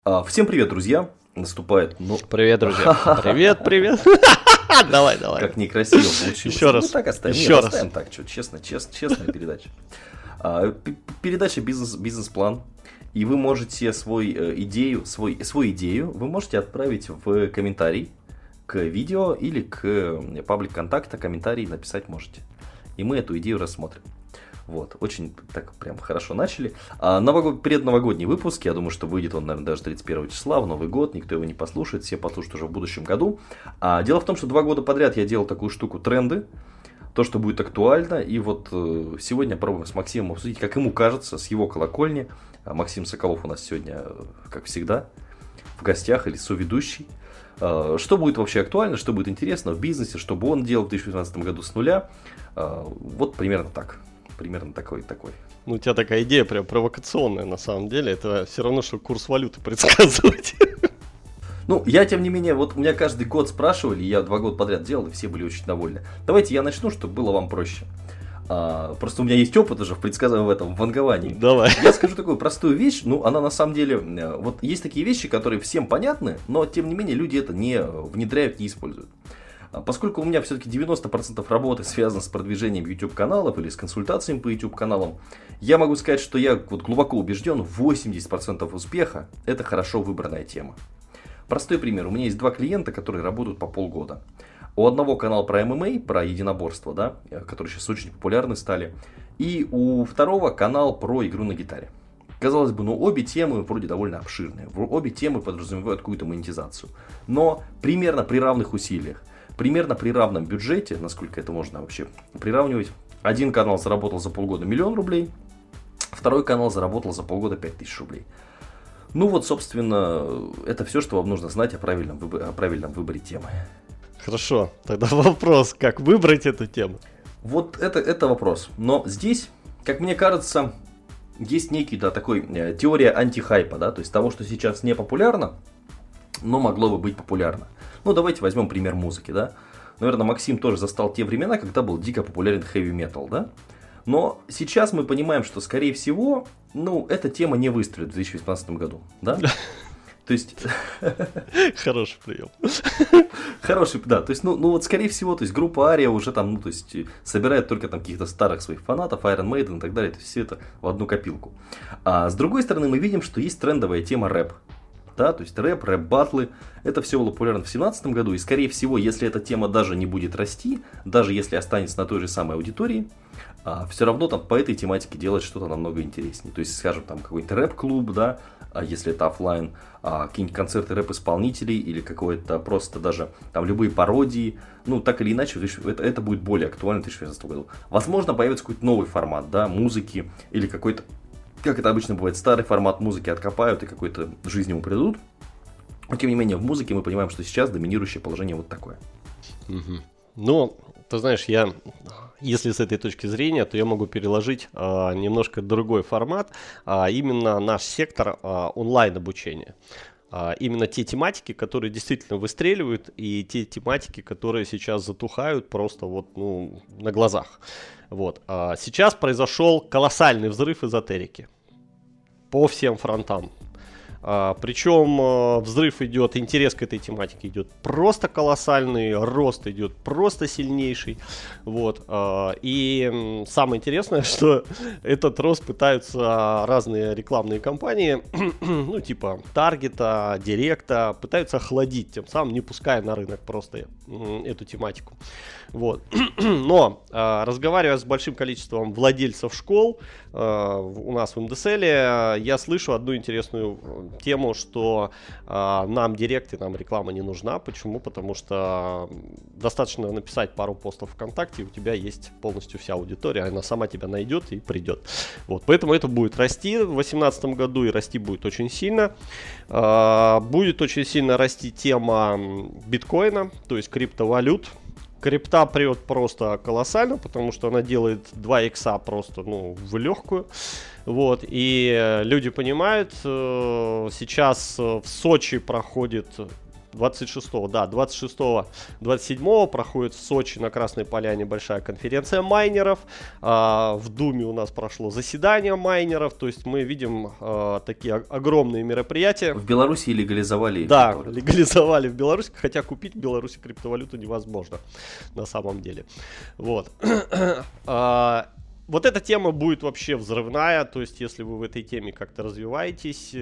Всем привет, друзья! Наступает, Привет, друзья! Привет! Давай. Как некрасиво получилось. Еще раз. Так оставим. Еще раз. Оставим так, что честная передача. Передача бизнес-план. И вы можете свою идею вы можете отправить в комментарий к видео или к паблик контакта. Комментарий написать можете. И мы эту идею рассмотрим. Вот, очень так прям хорошо начали. Предновогодний выпуск, я думаю, что выйдет он, наверное, даже 31 числа, в Новый год, никто его не послушает, все послушают уже в будущем году. Дело в том, что 2 года подряд я делал такую штуку тренды, то, что будет актуально, и вот сегодня пробуем с Максимом обсудить, как ему кажется, с его колокольни. Максим Соколов у нас сегодня, как всегда, в гостях или соведущий. Что будет вообще актуально, что будет интересно в бизнесе, что бы он делал в 2018 году с нуля. Вот примерно так. Примерно такой. Ну, у тебя такая идея прям провокационная на самом деле. Это все равно, что курс валюты предсказывать. Ну, я, тем не менее, вот меня каждый год спрашивали, я 2 года подряд делал, и все были очень довольны. Давайте я начну, чтобы было вам проще. Просто у меня есть опыт уже в предсказании в ванговании. Давай. Я скажу такую простую вещь, она на самом деле, вот есть такие вещи, которые всем понятны, но тем не менее люди это не внедряют, не используют. Поскольку у меня все-таки 90% работы связано с продвижением YouTube-каналов или с консультациями по YouTube-каналам, я могу сказать, что я вот глубоко убежден, 80% успеха – это хорошо выбранная тема. Простой пример. У меня есть 2 клиента, которые работают по полгода. У одного канал про ММА, про единоборство, да, которые сейчас очень популярны стали, и у второго канал про игру на гитаре. Казалось бы, обе темы вроде довольно обширные, обе темы подразумевают какую-то монетизацию, но примерно при равных усилиях. Примерно при равном бюджете, насколько это можно вообще приравнивать, один канал заработал за полгода 1 000 000 рублей, второй канал заработал за полгода 5000 рублей. Ну вот, собственно, это все, что вам нужно знать о правильном выборе темы. Хорошо, тогда вопрос, как выбрать эту тему? Вот это вопрос. Но здесь, как мне кажется, есть некий, такой теория антихайпа, да, то есть того, что сейчас не популярно, но могло бы быть популярно. Давайте возьмем пример музыки, да. Наверное, Максим тоже застал те времена, когда был дико популярен хэви-метал, да. Но сейчас мы понимаем, что, скорее всего, эта тема не выстрелит в 2018 году, да. То есть... Хороший прием. Хороший, да. То есть, вот, скорее всего, то есть, группа Ария уже там, то есть, собирает только там каких-то старых своих фанатов, Iron Maiden и так далее, то есть, все это в одну копилку. А с другой стороны, мы видим, что есть трендовая тема рэп. Да, то есть рэп-баттлы, это все было популярно в 2017 году, и скорее всего, если эта тема даже не будет расти, даже если останется на той же самой аудитории, все равно там по этой тематике делать что-то намного интереснее. То есть, скажем, там какой-нибудь рэп-клуб, да, если это офлайн, какие-нибудь концерты рэп-исполнителей или какое-то просто даже там любые пародии, так или иначе, это будет более актуально в 2016 году. Возможно, появится какой-то новый формат, да, музыки или какой-то, как это обычно бывает, старый формат музыки откопают и какой-то жизнь ему придадут. Но, тем не менее, в музыке мы понимаем, что сейчас доминирующее положение вот такое. Ну, ты знаешь, если с этой точки зрения, то я могу переложить немножко другой формат, именно наш сектор онлайн-обучения. Именно те тематики, которые действительно выстреливают, и те тематики, которые сейчас затухают просто на глазах. Вот. Сейчас произошел колоссальный взрыв эзотерики по всем фронтам. Причем взрыв идет, интерес к этой тематике идет просто колоссальный, рост идет просто сильнейший. Вот. И самое интересное, что этот рост пытаются разные рекламные кампании, типа Таргета, Директа, пытаются охладить, тем самым не пуская на рынок просто эту тематику. Вот. Но разговаривая с большим количеством владельцев школ у нас в МДСЛ, я слышу одну интересную тему, что нам директ и нам реклама не нужна. Почему? Потому что достаточно написать пару постов ВКонтакте, и у тебя есть полностью вся аудитория, она сама тебя найдет и придет. Вот. Поэтому это будет расти в 2018 году, и расти будет очень сильно. Будет очень сильно расти тема биткоина, то есть криптовалют. Крипта прет просто колоссально, потому что она делает 2 икса просто в легкую. Вот. И люди понимают, сейчас в Сочи проходит 26-го, да, 26-27 проходит в Сочи на Красной Поляне большая конференция майнеров. В Думе у нас прошло заседание майнеров. То есть мы видим такие огромные мероприятия. В Беларуси легализовали. Да, легализовали в Беларуси, хотя купить в Беларуси криптовалюту невозможно на самом деле. Вот. Вот эта тема будет вообще взрывная, то есть если вы в этой теме как-то развиваетесь,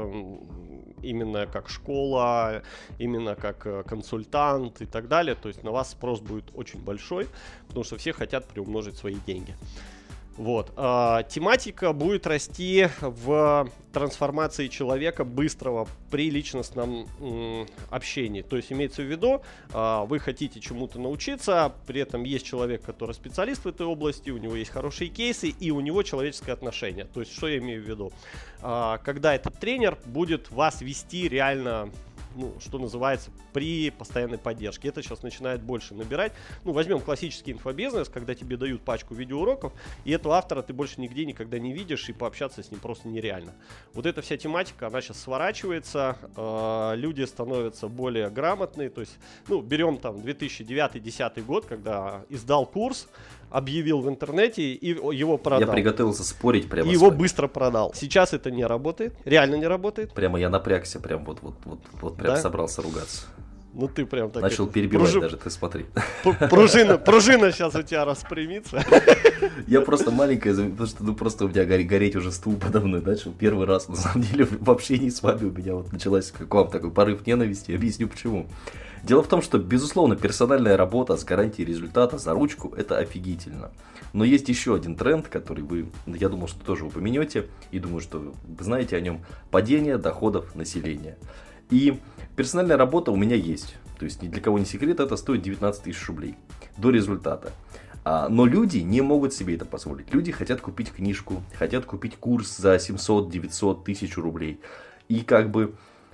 именно как школа, именно как консультант и так далее, то есть на вас спрос будет очень большой, потому что все хотят приумножить свои деньги. Вот. Тематика будет расти в трансформации человека быстрого при личностном общении. То есть имеется в виду, вы хотите чему-то научиться, при этом есть человек, который специалист в этой области, у него есть хорошие кейсы и у него человеческое отношение. То есть что я имею в виду? Когда этот тренер будет вас вести реально, ну, что называется, при постоянной поддержке. Это сейчас начинает больше набирать. Ну, возьмем классический инфобизнес, когда тебе дают пачку видеоуроков, и этого автора ты больше нигде никогда не видишь, и пообщаться с ним просто нереально. Вот эта вся тематика, она сейчас сворачивается, люди становятся более грамотные, то есть, ну, берем там 2009-2010 год, когда издал курс, объявил в интернете и его продал. Я приготовился спорить прямо. И его быстро продал. Сейчас это не работает, реально не работает. Прямо я напрягся, прям вот прям Да? собрался ругаться. Ну ты прям так Начал перебивать даже, ты смотри. Пружина сейчас у тебя распрямится. Я просто маленькая, потому что ну просто у меня гореть уже стул подо мной начал. Первый раз, на самом деле, в общении с вами у меня вот началась к вам такой порыв ненависти. Объясню почему. Дело в том, что, безусловно, персональная работа с гарантией результата за ручку – это офигительно. Но есть еще один тренд, который вы, я думал, что тоже упомянете, и думаю, что вы знаете о нем – падение доходов населения. И персональная работа у меня есть. То есть ни для кого не секрет, это стоит 19 тысяч рублей до результата. Но люди не могут себе это позволить. Люди хотят купить книжку, хотят купить курс за 700, 900, 1000 рублей. И как бы,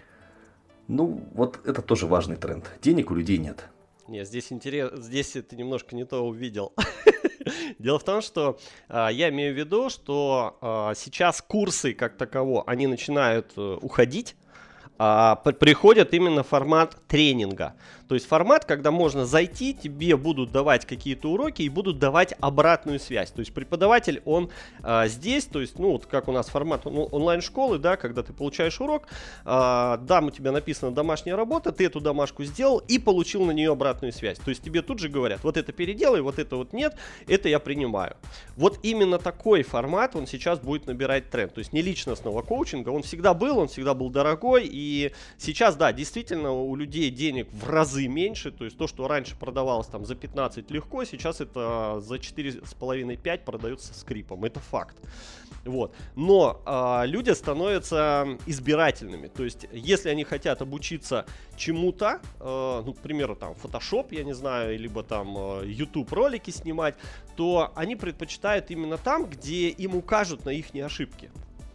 ну, вот это тоже важный тренд. Денег у людей нет. Нет, здесь ты немножко не то увидел. Дело в том, что я имею в виду, что сейчас курсы как таково, они начинают уходить. Приходит именно формат тренинга. То есть формат, когда можно зайти, тебе будут давать какие-то уроки и будут давать обратную связь. То есть преподаватель, он здесь, то есть, ну, вот как у нас формат онлайн-школы, да, когда ты получаешь урок, у тебя написана домашняя работа, ты эту домашку сделал и получил на нее обратную связь. То есть тебе тут же говорят, вот это переделай, вот это вот нет, это я принимаю. Вот именно такой формат, он сейчас будет набирать тренд. То есть не личностного коучинга, он всегда был дорогой, и сейчас, да, действительно у людей денег в разы меньше, то есть то, что раньше продавалось там за 15 легко, сейчас это за 4,5-5 продается скрипом, это факт. Вот. Но люди становятся избирательными, то есть если они хотят обучиться чему-то, ну, к примеру, там Photoshop, я не знаю, либо там YouTube ролики снимать, то они предпочитают именно там, где им укажут на их ошибки.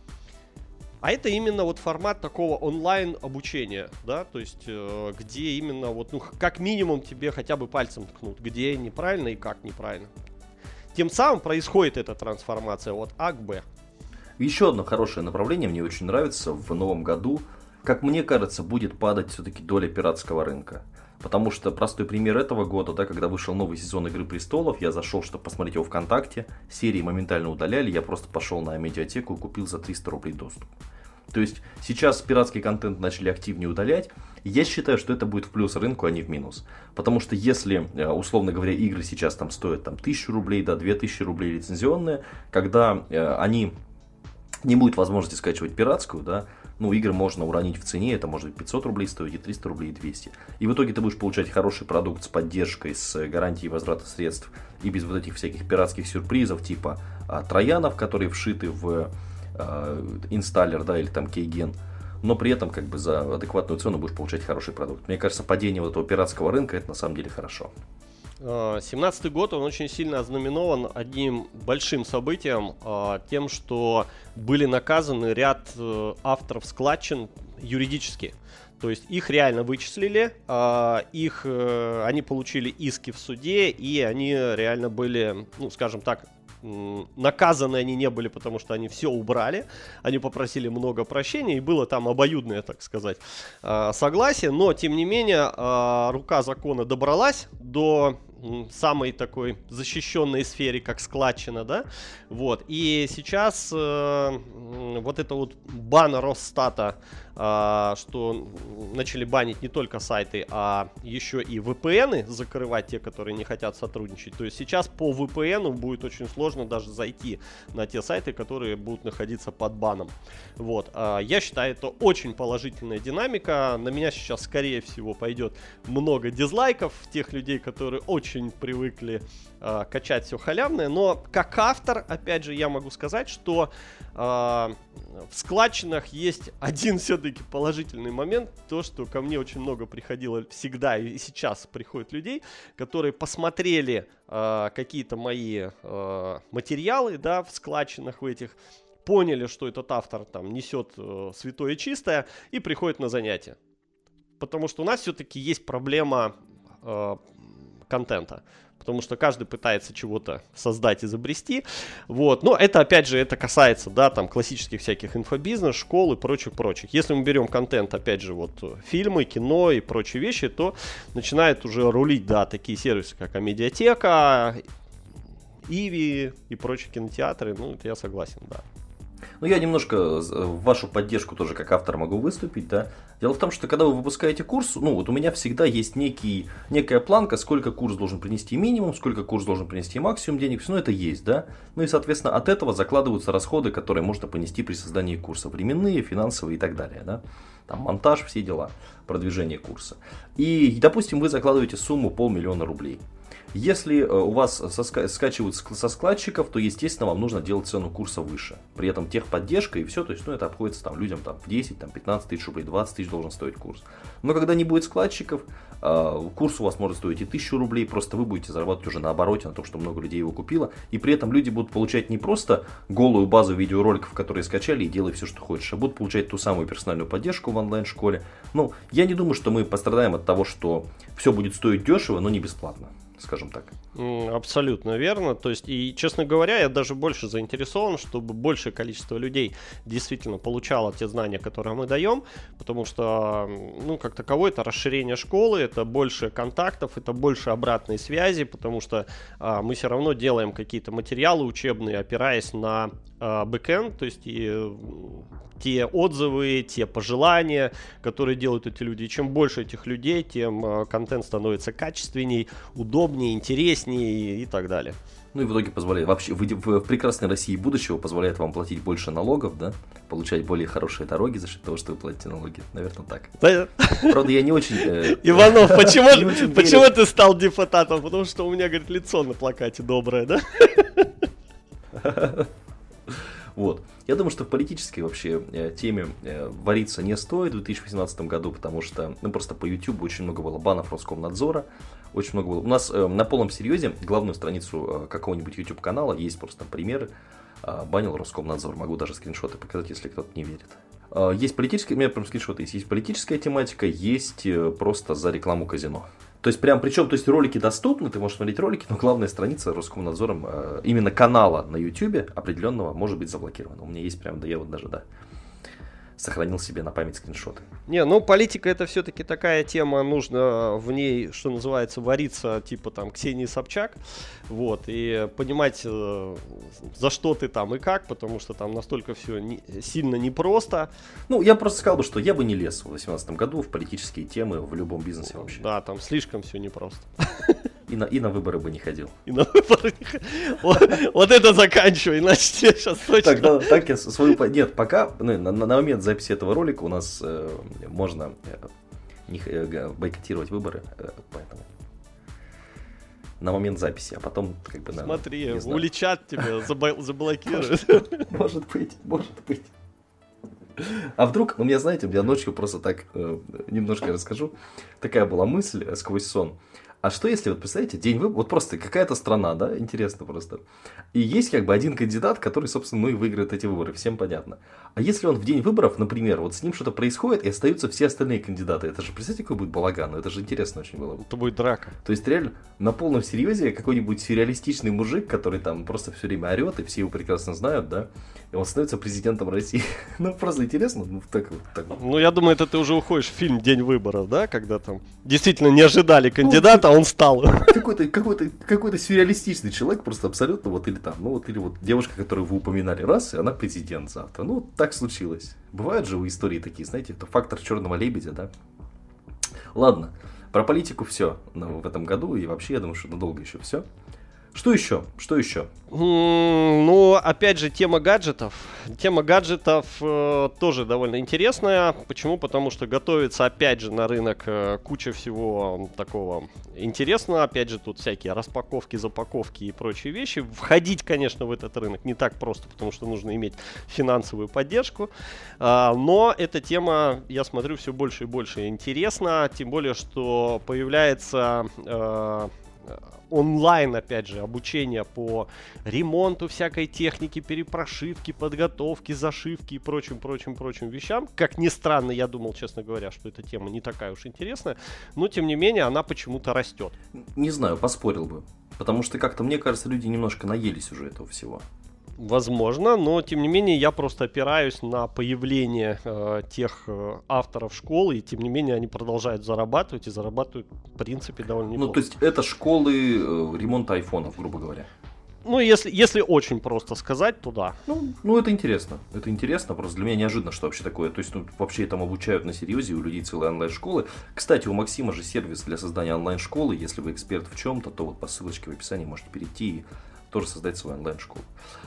А это именно вот формат такого онлайн обучения, да, то есть где именно вот, ну, как минимум тебе хотя бы пальцем ткнут, где неправильно и как неправильно. Тем самым происходит эта трансформация от А к Б. Еще одно хорошее направление мне очень нравится в новом году. Как мне кажется, будет падать все-таки доля пиратского рынка. Потому что простой пример этого года, да, когда вышел новый сезон «Игры престолов», я зашел, чтобы посмотреть его ВКонтакте, серии моментально удаляли, я просто пошел на медиатеку и купил за 300 рублей доступ. То есть сейчас пиратский контент начали активнее удалять. Я считаю, что это будет в плюс рынку, а не в минус. Потому что если, условно говоря, игры сейчас там стоят там, 1000 рублей, да, 2000 рублей лицензионные, когда они не будет возможности скачивать пиратскую, да, ну, игры можно уронить в цене, это может быть 500 рублей стоить, и 300 рублей, и 200. И в итоге ты будешь получать хороший продукт с поддержкой, с гарантией возврата средств, и без вот этих всяких пиратских сюрпризов, типа троянов, которые вшиты в инсталлер, да, или там кейген, но при этом как бы за адекватную цену будешь получать хороший продукт. Мне кажется, падение вот этого пиратского рынка, это на самом деле хорошо. 17-й год, он очень сильно ознаменован одним большим событием, тем, что были наказаны ряд авторов складчин юридически. То есть их реально вычислили, они получили иски в суде, и они реально были, ну, скажем так, наказаны они не были, потому что они все убрали, они попросили много прощения, и было там обоюдное, так сказать, согласие, но, тем не менее, рука закона добралась до самой такой защищенной сфере, как складчина, да, вот, и сейчас вот это вот бан Росстата, что начали банить не только сайты, а еще и VPN закрывать, те, которые не хотят сотрудничать. То есть сейчас по VPN будет очень сложно даже зайти на те сайты, которые будут находиться под баном. Вот. Я считаю, это очень положительная динамика. На меня сейчас, скорее всего, пойдет много дизлайков тех людей, которые очень привыкли качать все халявное. Но как автор, опять же, я могу сказать, что в складчинах есть один все-таки положительный момент, то, что ко мне очень много приходило всегда и сейчас приходят людей, которые посмотрели какие-то мои материалы, да, в складчинах в этих, поняли, что этот автор там несет святое и чистое, и приходят на занятия. Потому что у нас все-таки есть проблема контента. Потому что каждый пытается чего-то создать, изобрести. Вот. Но это, опять же, это касается, да, там, классических всяких инфобизнес, школ и прочих. Если мы берем контент, опять же, вот, фильмы, кино и прочие вещи, то начинает уже рулить, да, такие сервисы, как Амедиатека, Иви и прочие кинотеатры. Ну, это я согласен, да. Ну, я немножко в вашу поддержку тоже как автор могу выступить, да. Дело в том, что когда вы выпускаете курс, ну, вот у меня всегда есть некая планка, сколько курс должен принести минимум, сколько курс должен принести максимум денег, все, ну, это есть, да. Ну, и, соответственно, от этого закладываются расходы, которые можно понести при создании курса, временные, финансовые и так далее, да. Там монтаж, все дела, продвижение курса. И, допустим, вы закладываете сумму 500 000 рублей. Если у вас скачивают со складчиков, то, естественно, вам нужно делать цену курса выше. При этом техподдержка и все, то есть, ну, это обходится там людям там, в 10, там, 15 тысяч рублей, 20 тысяч должен стоить курс. Но когда не будет складчиков, курс у вас может стоить и 1000 рублей, просто вы будете зарабатывать уже на обороте, на том, что много людей его купило. И при этом люди будут получать не просто голую базу видеороликов, которые скачали, и делай все, что хочешь, а будут получать ту самую персональную поддержку в онлайн-школе. Ну, я не думаю, что мы пострадаем от того, что все будет стоить дешево, но не бесплатно, скажем так. Абсолютно верно. То есть, и, честно говоря, я даже больше заинтересован, чтобы большее количество людей действительно получало те знания, которые мы даем, потому что, ну, как таковое, это расширение школы, это больше контактов, это больше обратной связи, потому что мы все равно делаем какие-то материалы учебные, опираясь на бэкэнд, то есть и те отзывы, те пожелания, которые делают эти люди. И чем больше этих людей, тем контент становится качественней, удобнее, интереснее и так далее. Ну и в итоге позволяет, вообще в прекрасной России будущего позволяет вам платить больше налогов, да, получать более хорошие дороги за счет того, что вы платите налоги. Наверное, так. Да. Правда, я не очень... Иванов, почему ты стал депутатом? Потому что у меня, говорит, лицо на плакате доброе, да? Вот. Я думаю, что в политической вообще теме вариться не стоит в 2018 году, потому что, ну, просто по YouTube очень много было банов Роскомнадзора. Очень много было. У нас на полном серьезе главную страницу какого-нибудь YouTube канала, есть просто примеры, банил Роскомнадзор. Могу даже скриншоты показать, если кто-то не верит. Есть политическая, у меня прям скриншоты есть политическая тематика, есть просто за рекламу казино. То есть, причем, то есть, ролики доступны, ты можешь смотреть ролики, но главная страница Роскомнадзором, именно канала на YouTube определенного может быть заблокирована. У меня есть прям, да я вот даже, да, сохранил себе на память скриншоты. Не, ну политика это все-таки такая тема, нужно в ней, что называется, вариться, типа там Ксении Собчак, вот, и понимать, за что ты там и как, потому что там настолько все сильно непросто. Ну, я просто сказал бы, что я бы не лез в 2018 году в политические темы в любом бизнесе вообще. Да, там слишком все непросто. И на выборы бы не ходил. И на выборы не ходил. Вот это заканчивай, иначе тебе сейчас точно... Так я свою... Нет, пока, на момент записи этого ролика у нас можно бойкотировать выборы, поэтому... На момент записи, а потом как бы... Смотри, уличат тебя, заблокируют. Может быть. А вдруг, у меня, знаете, ночью просто так немножко расскажу. Такая была мысль сквозь сон. А что если, вот представляете, день выборов, вот просто какая-то страна, да, интересно просто. И есть как бы один кандидат, который, собственно, ну и выиграет эти выборы, всем понятно. А если он в день выборов, например, вот с ним что-то происходит, и остаются все остальные кандидаты, это же, представьте, какой будет балаган, это же интересно очень было бы. Это будет драка. То есть реально на полном серьезе какой-нибудь сюрреалистичный мужик, который там просто все время орет, и все его прекрасно знают, да, и он становится президентом России. Ну, просто интересно, ну, так вот. Ну, я думаю, это ты уже уходишь в фильм «День выборов», да, когда там действительно не ожидали кандидата, а он стал. Какой-то сюрреалистичный человек, просто абсолютно, вот или там, ну, вот или вот девушка, которую вы упоминали раз, и она президент завтра. Ну, так случилось. Бывают же у истории такие, знаете, это фактор черного лебедя, да. Ладно, про политику все в этом году, и вообще, я думаю, что надолго еще все. Что еще? Что еще? Ну, опять же, тема гаджетов. Тема гаджетов тоже довольно интересная. Почему? Потому что готовится, опять же, на рынок куча всего такого интересного. Опять же, тут всякие распаковки, запаковки и прочие вещи. Входить, конечно, в этот рынок не так просто, потому что нужно иметь финансовую поддержку. Но эта тема, я смотрю, все больше и больше интересна. Тем более, что появляется... онлайн, опять же, обучение по ремонту всякой техники, перепрошивки, подготовки, зашивки и прочим вещам. Как ни странно, я думал, честно говоря, что эта тема не такая уж интересная, но, тем не менее, она почему-то растет. Не знаю, поспорил бы. Потому что, как-то, мне кажется, люди немножко наелись уже этого всего. Возможно, но тем не менее я просто опираюсь на появление тех авторов школ, и тем не менее они продолжают зарабатывать и зарабатывают в принципе довольно неплохо. Ну, то есть это школы ремонта айфонов, грубо говоря. Ну, если очень просто сказать, то да. Ну, это интересно. Это интересно, просто для меня неожиданно, что вообще такое. То есть, ну, вообще этому обучают на серьезе, у людей целые онлайн-школы. Кстати, у Максима же сервис для создания онлайн-школы. Если вы эксперт в чем-то, то вот по ссылочке в описании можете перейти и тоже создать свою онлайн-школу.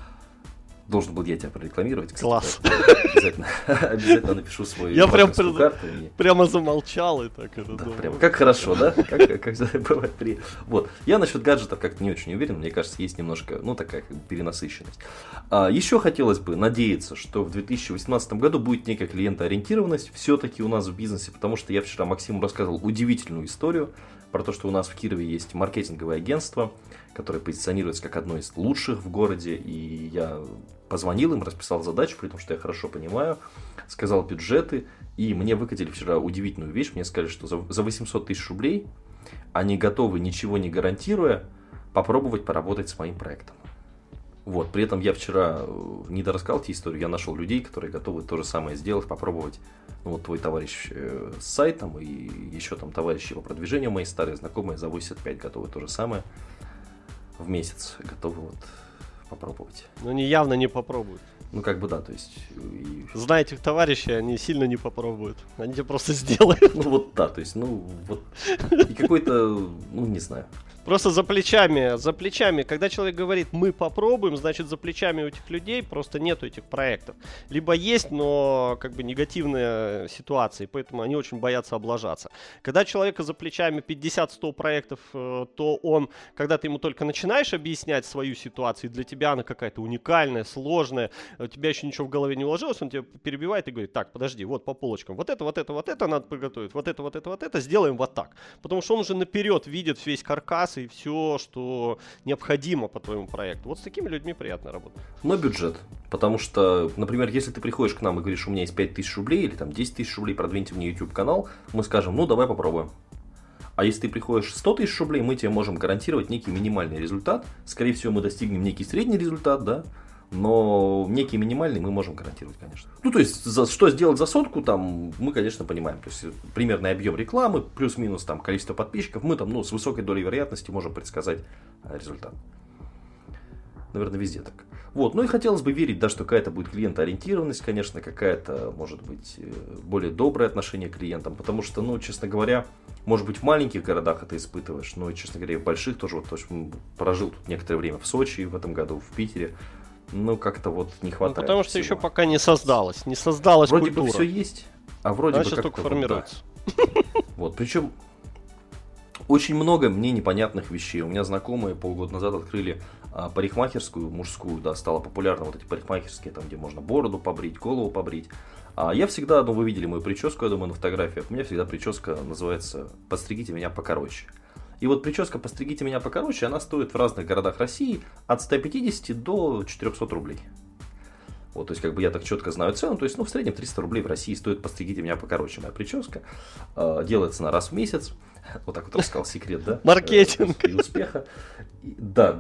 Должен был я тебя прорекламировать. Кстати, класс. Обязательно напишу свою я карту. Прямо замолчал и так это. Да, прям, как хорошо, да? Как бывает при... Вот. Я насчет гаджетов как-то не очень уверен. Мне кажется, есть немножко, ну, такая как бы перенасыщенность. Еще хотелось бы надеяться, что в 2018 году будет некая клиентоориентированность все-таки у нас в бизнесе, потому что я вчера Максиму рассказывал удивительную историю про то, что у нас в Кирове есть маркетинговое агентство, которое позиционируется как одно из лучших в городе, и я позвонил им, расписал задачу, при том, что я хорошо понимаю, сказал бюджеты, и мне выкатили вчера удивительную вещь, мне сказали, что за 800 тысяч рублей они готовы, ничего не гарантируя, попробовать поработать с моим проектом. Вот, при этом я вчера не дорассказал тебе историю, я нашел людей, которые готовы то же самое сделать, попробовать. Ну, вот твой товарищ с сайтом и еще там товарищи по продвижению, мои старые знакомые за 85 готовы то же самое в месяц, готовы вот попробовать. Но они явно не попробуют. Ну, как бы да, то есть... Знаете, товарищи, они сильно не попробуют. Они тебе просто сделают. Ну, вот да, то есть, ну, вот... И какой-то, ну, не знаю. Просто за плечами, когда человек говорит «мы попробуем», значит за плечами у этих людей просто нету этих проектов. Либо есть, но как бы негативные ситуации, поэтому они очень боятся облажаться. Когда человека за плечами 50-100 проектов, то он, когда ты ему только начинаешь объяснять свою ситуацию, для тебя она какая-то уникальная, сложная, у тебя еще ничего в голове не уложилось, он тебя перебивает и говорит: так, подожди, вот по полочкам, вот это надо приготовить, вот это, сделаем вот так. Потому что он уже наперед видит весь каркас и все, что необходимо по твоему проекту. Вот с такими людьми приятно работать. Но бюджет. Потому что, например, если ты приходишь к нам и говоришь: у меня есть 5000 рублей или там 10 тысяч рублей, продвиньте мне YouTube канал, мы скажем: ну давай попробуем. А если ты приходишь 100 тысяч рублей, мы тебе можем гарантировать некий минимальный результат. Скорее всего, мы достигнем некий средний результат, да, но некий минимальный мы можем гарантировать, конечно. Ну, то есть, что сделать за сотку, там, мы, конечно, понимаем. То есть, примерный объем рекламы, плюс-минус там количество подписчиков, мы там, ну, с высокой долей вероятности можем предсказать результат. Наверное, везде так. Вот, ну и хотелось бы верить, да, что какая-то будет клиентоориентированность, конечно, какая-то, может быть, более доброе отношение к клиентам, потому что, ну, честно говоря, может быть, в маленьких городах это испытываешь, но, честно говоря, и в больших тоже, вот, то есть, прожил тут некоторое время в Сочи в этом году, в Питере. Ну, как-то вот не хватает. Ну, потому что всего. еще пока не создалась вроде культура. бы все есть, а вроде она бы сейчас только формируется. Да. Вот, причем очень много мне непонятных вещей. У меня знакомые полгода назад открыли парикмахерскую мужскую, да, стало популярно вот эти парикмахерские, там, где можно бороду побрить, голову побрить. А я всегда, ну, вы видели мою прическу, я думаю, на фотографиях. У меня всегда прическа называется «Подстригите меня покороче». И вот прическа «Постригите меня покороче», она стоит в разных городах России от 150 до 400 рублей. Вот, то есть, как бы я так четко знаю цену, то есть, ну, в среднем 300 рублей в России стоит «Постригите меня покороче» моя прическа. Делается она раз в месяц. Вот так вот рассказал секрет, да? Маркетинг. И успеха. Да.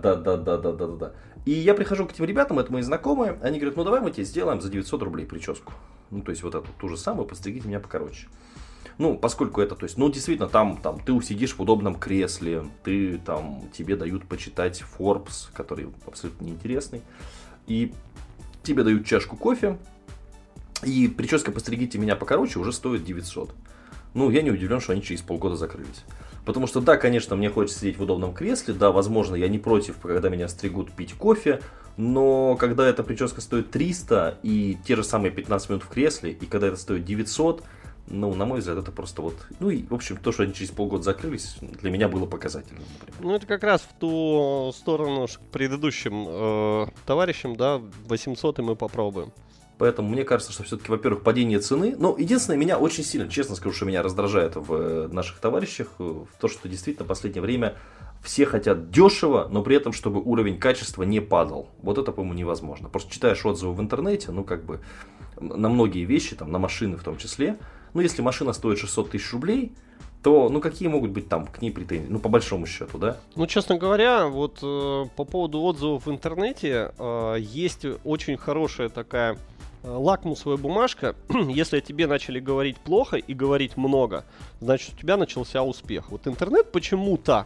И я прихожу к этим ребятам, это мои знакомые, они говорят, ну, давай мы тебе сделаем за 900 рублей прическу. Ну, то есть, вот эту ту же самую «Постригите меня покороче». Ну, поскольку это, то есть, ну, действительно, там ты усидишь в удобном кресле, тебе дают почитать Forbes, который абсолютно неинтересный, и тебе дают чашку кофе, и прическа «Постригите меня покороче» уже стоит 900. Ну, я не удивлен, что они через полгода закрылись. Потому что, да, конечно, мне хочется сидеть в удобном кресле, да, возможно, я не против, когда меня стригут, пить кофе, но когда эта прическа стоит 300 и те же самые 15 минут в кресле, и когда это стоит 900, ну, на мой взгляд, это просто вот... Ну, и, в общем, то, что они через полгода закрылись, для меня было показательным, например. Ну, это как раз в ту сторону, к предыдущим товарищам, да, 800 и мы попробуем. Поэтому мне кажется, что все-таки, во-первых, падение цены. Но единственное, меня очень сильно, честно скажу, что меня раздражает в наших товарищах, то, что действительно в последнее время все хотят дешево, но при этом, чтобы уровень качества не падал. Вот это, по-моему, невозможно. Просто читаешь отзывы в интернете, ну, как бы, на многие вещи, там, на машины в том числе. Ну, если машина стоит 600 тысяч рублей, то, ну, какие могут быть там к ней претензии? Ну, по большому счету, да? Ну, честно говоря, вот по поводу отзывов в интернете, есть очень хорошая такая лакмусовая бумажка. Если о тебе начали говорить плохо и говорить много, значит, у тебя начался успех. Вот интернет почему-то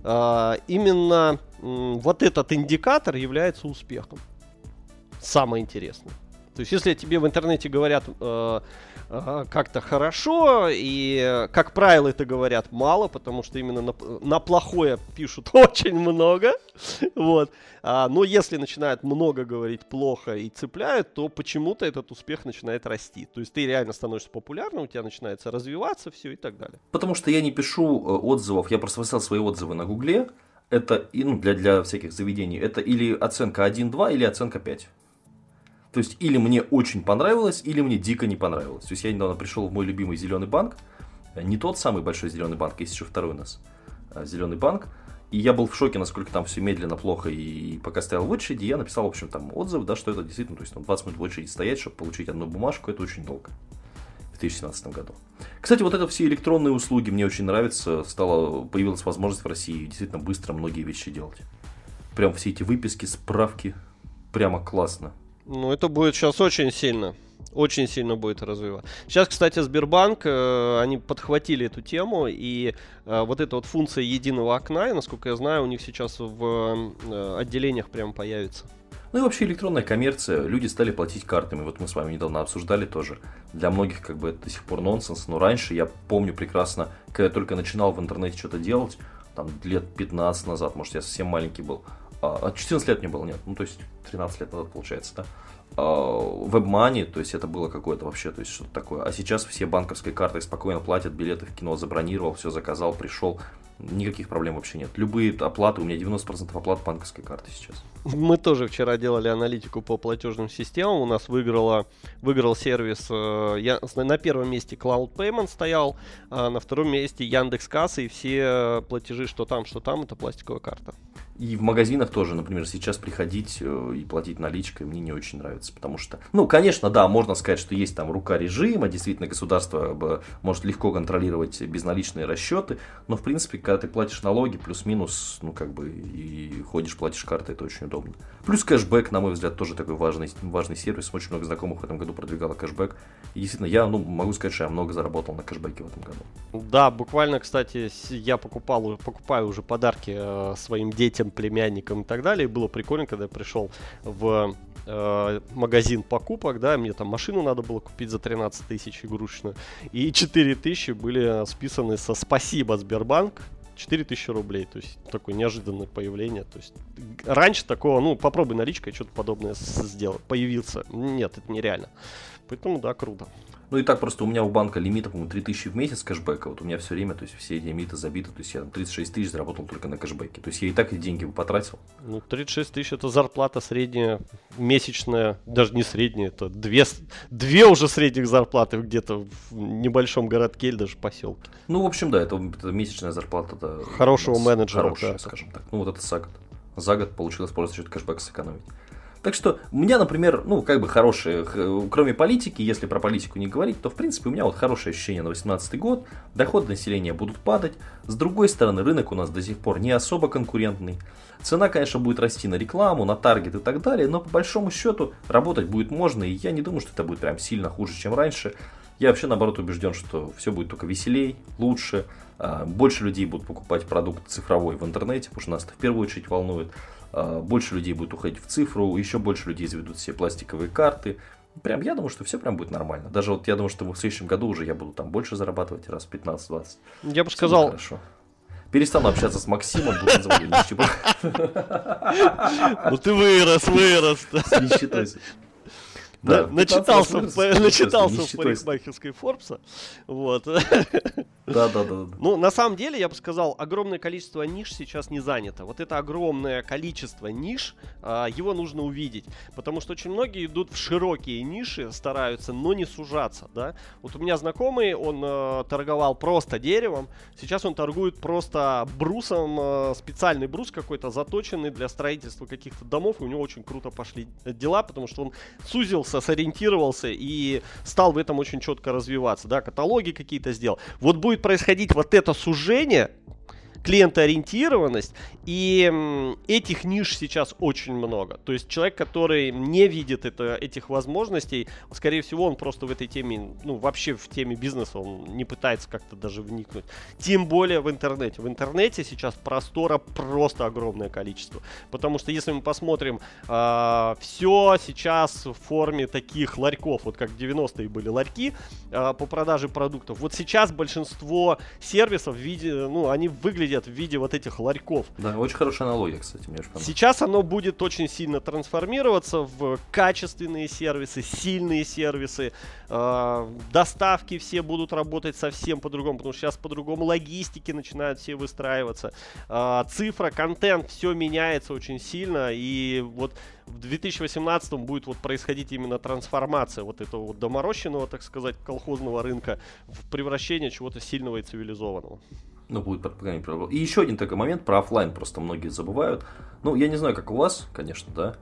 именно вот этот индикатор является успехом. Самое интересное. То есть, если тебе в интернете говорят как-то хорошо, и, как правило, это говорят мало, потому что именно на плохое пишут очень много, вот. Но если начинают много говорить плохо и цепляют, то почему-то этот успех начинает расти. То есть, ты реально становишься популярным, у тебя начинается развиваться все и так далее. Потому что я не пишу отзывов, я просто выставил свои отзывы на Гугле. Это, ну, для всяких заведений, это или оценка 1-2, или оценка 5. То есть, или мне очень понравилось, или мне дико не понравилось. То есть, я недавно пришел в мой любимый зеленый банк. Не тот самый большой зеленый банк, есть еще второй у нас зеленый банк. И я был в шоке, насколько там все медленно, плохо. И пока стоял в очереди, я написал, в общем, там отзыв, да, что это действительно, то есть, там 20 минут в очереди стоять, чтобы получить одну бумажку, это очень долго. В 2017 году. Кстати, вот это все электронные услуги мне очень нравятся. Появилась возможность в России действительно быстро многие вещи делать. Прям все эти выписки, справки. Прямо классно. Ну, это будет сейчас очень сильно будет развиваться. Сейчас, кстати, Сбербанк, они подхватили эту тему, и вот эта вот функция единого окна, и, насколько я знаю, у них сейчас в отделениях прям появится. Ну и вообще электронная коммерция, люди стали платить картами, вот мы с вами недавно обсуждали тоже. Для многих как бы это до сих пор нонсенс, но раньше я помню прекрасно, когда я только начинал в интернете что-то делать, там лет 15 назад, может я совсем маленький был, 14 лет мне было, нет, ну то есть 13 лет назад получается, да. WebMoney, то есть это было какое-то вообще, то есть что-то такое. А сейчас все банковской картой спокойно платят, билеты в кино забронировал, все заказал, пришел. Никаких проблем вообще нет. Любые оплаты, у меня 90% оплат банковской карты сейчас. Мы тоже вчера делали аналитику по платежным системам. У нас выиграл сервис, на первом месте Cloud Payment стоял, а на втором месте Яндекс.Касса, и все платежи, что там, это пластиковая карта. И в магазинах тоже, например, сейчас приходить и платить наличкой мне не очень нравится, потому что, ну, конечно, да, можно сказать, что есть там рука режима, действительно государство может легко контролировать безналичные расчеты, но, в принципе, когда ты платишь налоги, плюс-минус, ну, как бы, и ходишь, платишь картой, это очень удобно. Плюс кэшбэк, на мой взгляд, тоже такой важный сервис, очень много знакомых в этом году продвигало кэшбэк, и действительно, я, могу сказать, что я много заработал на кэшбэке в этом году. Да, буквально, кстати, я покупаю уже подарки своим детям, племянникам и так далее. И было прикольно, когда я пришел в магазин покупок, да, мне там машину надо было купить за 13 тысяч игрушечную, и 4 тысячи были списаны со «Спасибо, Сбербанк», 4 тысячи рублей, то есть такое неожиданное появление, то есть раньше такого, попробуй наличкой что-то подобное сделать, появился, нет, это нереально, поэтому да, круто. Ну и так просто у меня у банка лимита, по-моему, 3000 в месяц кэшбэка. Вот у меня все время, то есть все эти лимиты забиты. То есть я там 36 тысяч заработал только на кэшбэке. То есть я и так эти деньги потратил. Ну, 36 тысяч это зарплата средняя, месячная, даже не средняя, это две уже средних зарплаты где-то в небольшом городке или даже поселке. Ну, в общем, да, это месячная зарплата. Хорошего менеджера. Хорошая, да, скажем так. Ну, вот это за год. За год получилось просто за счет кэшбэка сэкономить. Так что у меня, например, ну, как бы хорошие, кроме политики, если про политику не говорить, то, в принципе, у меня вот хорошее ощущение на 2018 год, доходы населения будут падать, с другой стороны, рынок у нас до сих пор не особо конкурентный, цена, конечно, будет расти на рекламу, на таргет и так далее, но по большому счету работать будет можно, и я не думаю, что это будет прям сильно хуже, чем раньше. Я вообще, наоборот, убежден, что все будет только веселей, лучше, больше людей будут покупать продукт цифровой в интернете, потому что нас это в первую очередь волнует. Больше людей будет уходить в цифру, еще больше людей заведут все пластиковые карты. Прям я думаю, что все прям будет нормально. Даже вот я думаю, что в следующем году уже я буду там больше зарабатывать, раз в 15-20. Я бы сказал... Хорошо. Перестану общаться с Максимом, буду называть его нищеброд. Ну ты вырос. С нищетой. Да, начитался в парикмахерской Форбса. Вот. Да. Ну, на самом деле, я бы сказал, огромное количество ниш сейчас не занято. Вот это огромное количество ниш, его нужно увидеть. Потому что очень многие идут в широкие ниши, стараются, но не сужаться, да. Вот у меня знакомый, он торговал просто деревом. Сейчас он торгует просто брусом, специальный брус какой-то, заточенный для строительства каких-то домов. И у него очень круто пошли дела, потому что он сузился, сориентировался и стал в этом очень четко развиваться, да, каталоги какие-то сделал. Вот будет происходить вот это сужение, клиентоориентированность, и этих ниш сейчас очень много. То есть человек, который не видит этих возможностей, скорее всего, он просто в этой теме, ну, вообще в теме бизнеса, он не пытается как-то даже вникнуть. Тем более в интернете. В интернете сейчас простора просто огромное количество. Потому что если мы посмотрим, все сейчас в форме таких ларьков, вот как в 90-е были ларьки по продаже продуктов. Вот сейчас большинство сервисов в виде, ну, они выглядят в виде вот этих ларьков. Да, очень хорошая аналогия, кстати, мне очень понравилось. Сейчас оно будет очень сильно трансформироваться в качественные сервисы, сильные сервисы, доставки все будут работать совсем по-другому, потому что сейчас по-другому логистики начинают все выстраиваться, цифра, контент, все меняется очень сильно, и вот в 2018 будет вот происходить именно трансформация вот этого вот доморощенного, так сказать, колхозного рынка в превращение чего-то сильного и цивилизованного. Ну, будет пропаганда. И еще один такой момент про офлайн, просто многие забывают. Ну, я не знаю, как у вас, конечно, да,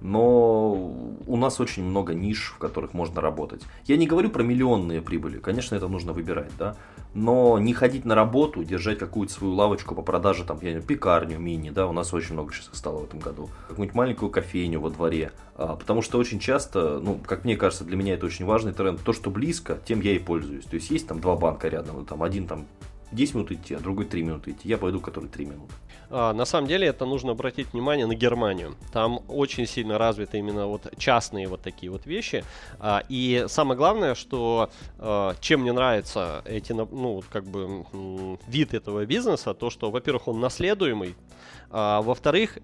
но у нас очень много ниш, в которых можно работать. Я не говорю про миллионные прибыли, конечно, это нужно выбирать, да, но не ходить на работу, держать какую-то свою лавочку по продаже, там, я не знаю, пекарню, мини, да, у нас очень много сейчас их стало в этом году, какую-нибудь маленькую кофейню во дворе, потому что очень часто, ну, как мне кажется, для меня это очень важный тренд, то, что близко, тем я и пользуюсь, то есть там два банка рядом, там один там 10 минут идти, а другой 3 минуты идти. Я пойду, который 3 минуты. На самом деле это нужно обратить внимание на Германию. Там очень сильно развиты именно вот частные вот такие вот вещи. И самое главное, что чем мне нравится ну, как бы вид этого бизнеса, то что, во-первых, он наследуемый, во-вторых,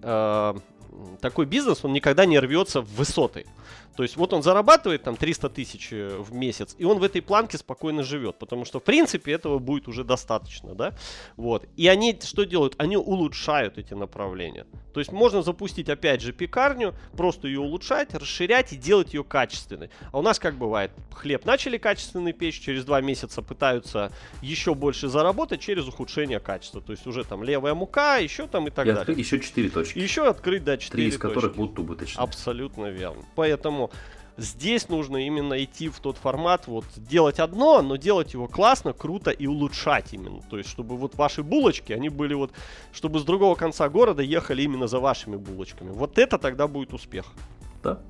такой бизнес, он никогда не рвется в высоты. То есть вот он зарабатывает там 300 тысяч в месяц, и он в этой планке спокойно живет, потому что в принципе этого будет уже достаточно, да, вот. И они что делают? Они улучшают эти направления. То есть можно запустить опять же пекарню, просто ее улучшать, расширять и делать ее качественной. А у нас как бывает, хлеб начали качественный печь, через 2 месяца пытаются еще больше заработать через ухудшение качества. То есть уже там левая мука, еще там и так далее. Открыть еще 4 точки. И еще открыть, да, 4 3 из точки. которых будут убыточные. Абсолютно верно. Поэтому здесь нужно именно идти в тот формат, вот делать одно, но делать его классно, круто и улучшать именно. То есть, чтобы вот ваши булочки, они были вот, чтобы с другого конца города ехали именно за вашими булочками. Вот это тогда будет успех. Да.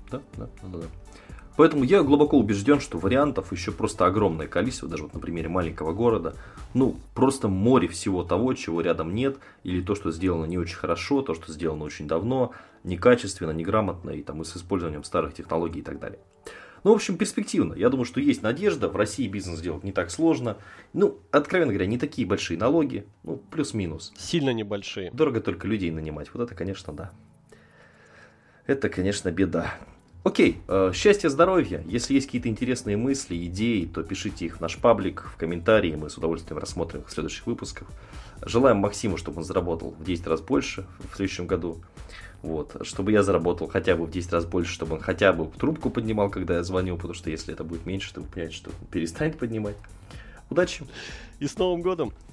Поэтому я глубоко убежден, что вариантов еще просто огромное количество, даже вот на примере маленького города. Ну, просто море всего того, чего рядом нет, или то, что сделано не очень хорошо, то, что сделано очень давно, некачественно, неграмотно, и там и с использованием старых технологий и так далее. Ну, в общем, перспективно. Я думаю, что есть надежда. В России бизнес делать не так сложно. Ну, откровенно говоря, не такие большие налоги. Ну, плюс-минус. Сильно небольшие. Дорого только людей нанимать. Вот это, конечно, да. Это, конечно, беда. Окей, счастья, здоровья. Если есть какие-то интересные мысли, идеи, то пишите их в наш паблик, в комментарии, мы с удовольствием рассмотрим их в следующих выпусках. Желаем Максиму, чтобы он заработал в 10 раз больше в следующем году. Вот, чтобы я заработал хотя бы в 10 раз больше, чтобы он хотя бы трубку поднимал, когда я звоню, потому что если это будет меньше, то вы понимаете, что он перестанет поднимать. Удачи! И с Новым годом!